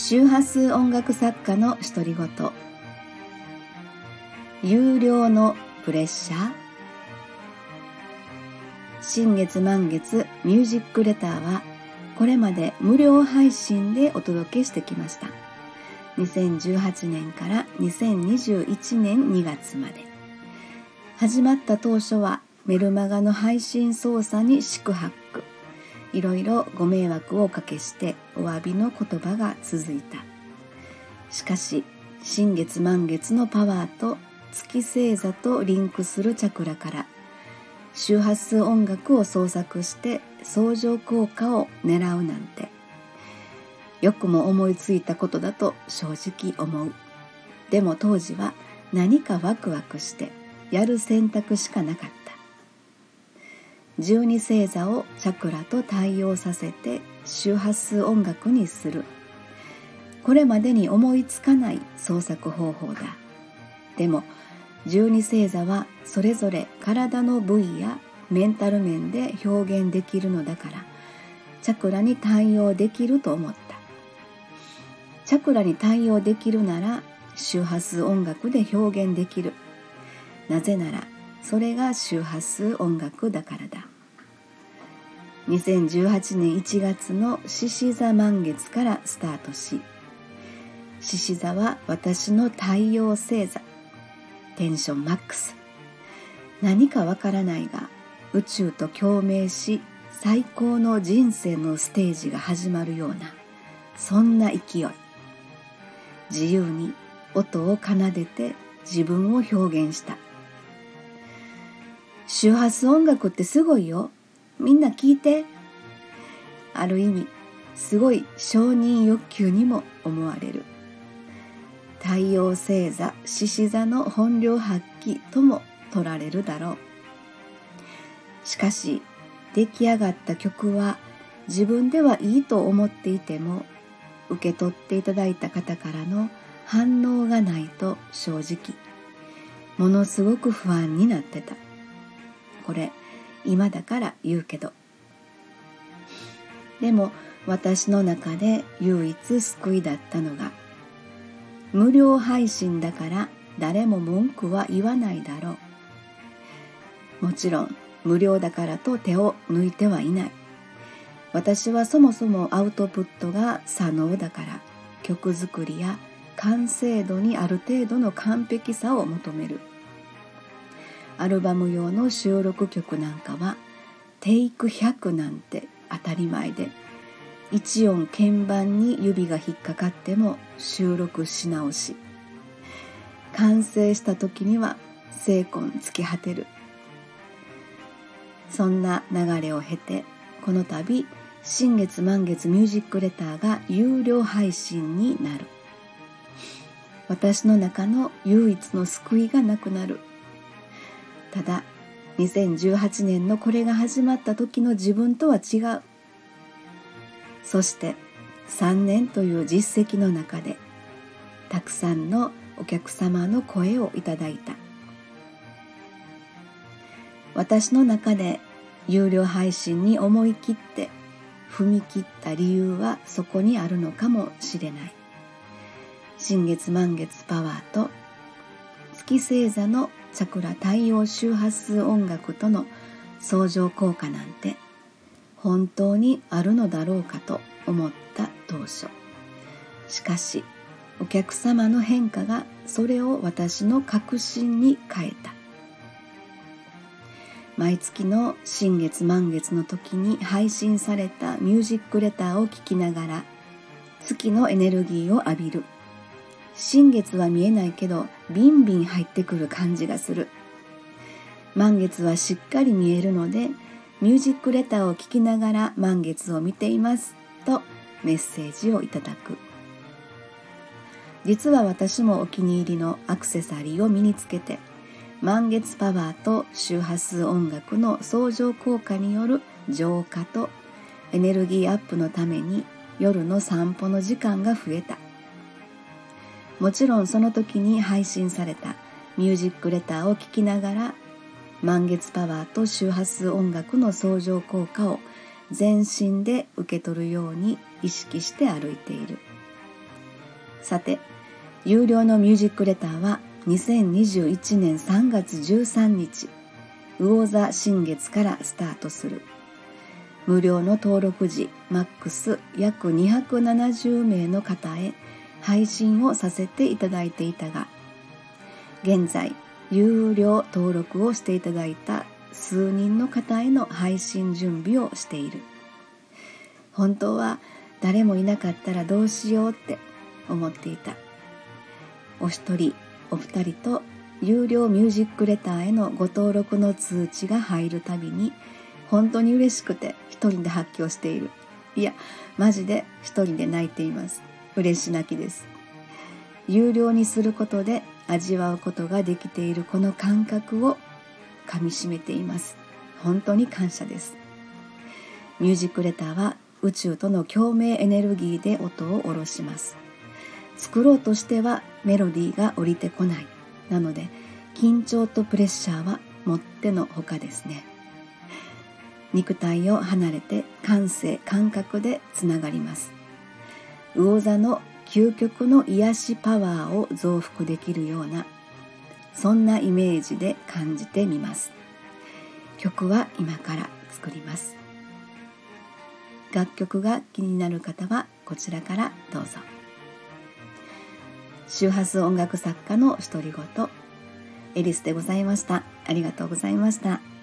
周波数音楽作家の独り言。有料のプレッシャー。新月満月ミュージックレターはこれまで無料配信でお届けしてきました。2018年から2021年2月まで。始まった当初はメルマガの配信操作に四苦八苦、いろいろご迷惑をおかけしてお詫びの言葉が続いた。しかし新月満月のパワーと月星座とリンクするチャクラから周波数音楽を創作して相乗効果を狙うなんて、よくも思いついたことだと正直思う。でも当時は何かワクワクしてやる選択しかなかった。12星座をチャクラと対応させて周波数音楽にする。これまでに思いつかない創作方法だ。でも12星座はそれぞれ体の部位やメンタル面で表現できるのだから、チャクラに対応できると思った。チャクラに対応できるなら周波数音楽で表現できる。なぜならそれが周波数音楽だからだ。2018年1月の獅子座満月からスタートし、獅子座は私の太陽星座、テンションマックス。何かわからないが宇宙と共鳴し、最高の人生のステージが始まるような、そんな勢い。自由に音を奏でて自分を表現した。周波数音楽ってすごいよ。みんな聞いて。ある意味すごい承認欲求にも思われる。太陽星座獅子座の本領発揮とも取られるだろう。しかし出来上がった曲は自分ではいいと思っていても、受け取っていただいた方からの反応がないと正直ものすごく不安になってた。これ今だから言うけど。でも私の中で唯一救いだったのが、無料配信だから誰も文句は言わないだろう。もちろん無料だからと手を抜いてはいない。私はそもそもアウトプットが左脳だから、曲作りや完成度にある程度の完璧さを求める。アルバム用の収録曲なんかはテイク100なんて当たり前で、一音鍵盤に指が引っかかっても収録し直し、完成した時には精魂尽き果てる。そんな流れを経て、この度新月満月ミュージックレターが有料配信になる。私の中の唯一の救いがなくなる。ただ2018年のこれが始まった時の自分とは違う。そして3年という実績の中でたくさんのお客様の声をいただいた。私の中で有料配信に思い切って踏み切った理由はそこにあるのかもしれない。新月満月パワーと月星座のチャクラ対応周波数音楽との相乗効果なんて本当にあるのだろうかと思った当初。しかしお客様の変化がそれを私の確信に変えた。毎月の新月満月の時に配信されたミュージックレターを聞きながら月のエネルギーを浴びる。新月は見えないけどビンビン入ってくる感じがする。満月はしっかり見えるのでミュージックレターを聞きながら満月を見ていますとメッセージをいただく。実は私もお気に入りのアクセサリーを身につけて、満月パワーと周波数音楽の相乗効果による浄化とエネルギーアップのために夜の散歩の時間が増えた。もちろんその時に配信されたミュージックレターを聞きながら満月パワーと周波数音楽の相乗効果を全身で受け取るように意識して歩いている。 さて、有料のミュージックレターは2021年3月13日、魚座新月からスタートする。無料の登録時、マックス約270名の方へ配信をさせていただいていたが、現在、有料登録をしていただいた数人の方への配信準備をしている。本当は誰もいなかったらどうしようって思っていた。お一人お二人と有料ミュージックレターへのご登録の通知が入るたびに本当に嬉しくて一人で発狂している。いや、マジで一人で泣いています。嬉し泣きです。有料にすることで味わうことができているこの感覚をかみしめています。本当に感謝です。ミュージックレターは宇宙との共鳴エネルギーで音を下ろします。作ろうとしてはメロディーが降りてこない。なので緊張とプレッシャーはもってのほかですね。肉体を離れて感性感覚でつながります。魚座の究極の癒しパワーを増幅できるような、そんなイメージで感じてみます。曲は今から作ります。楽曲が気になる方はこちらからどうぞ。周波数音楽作家の独り言、エリスでございました。ありがとうございました。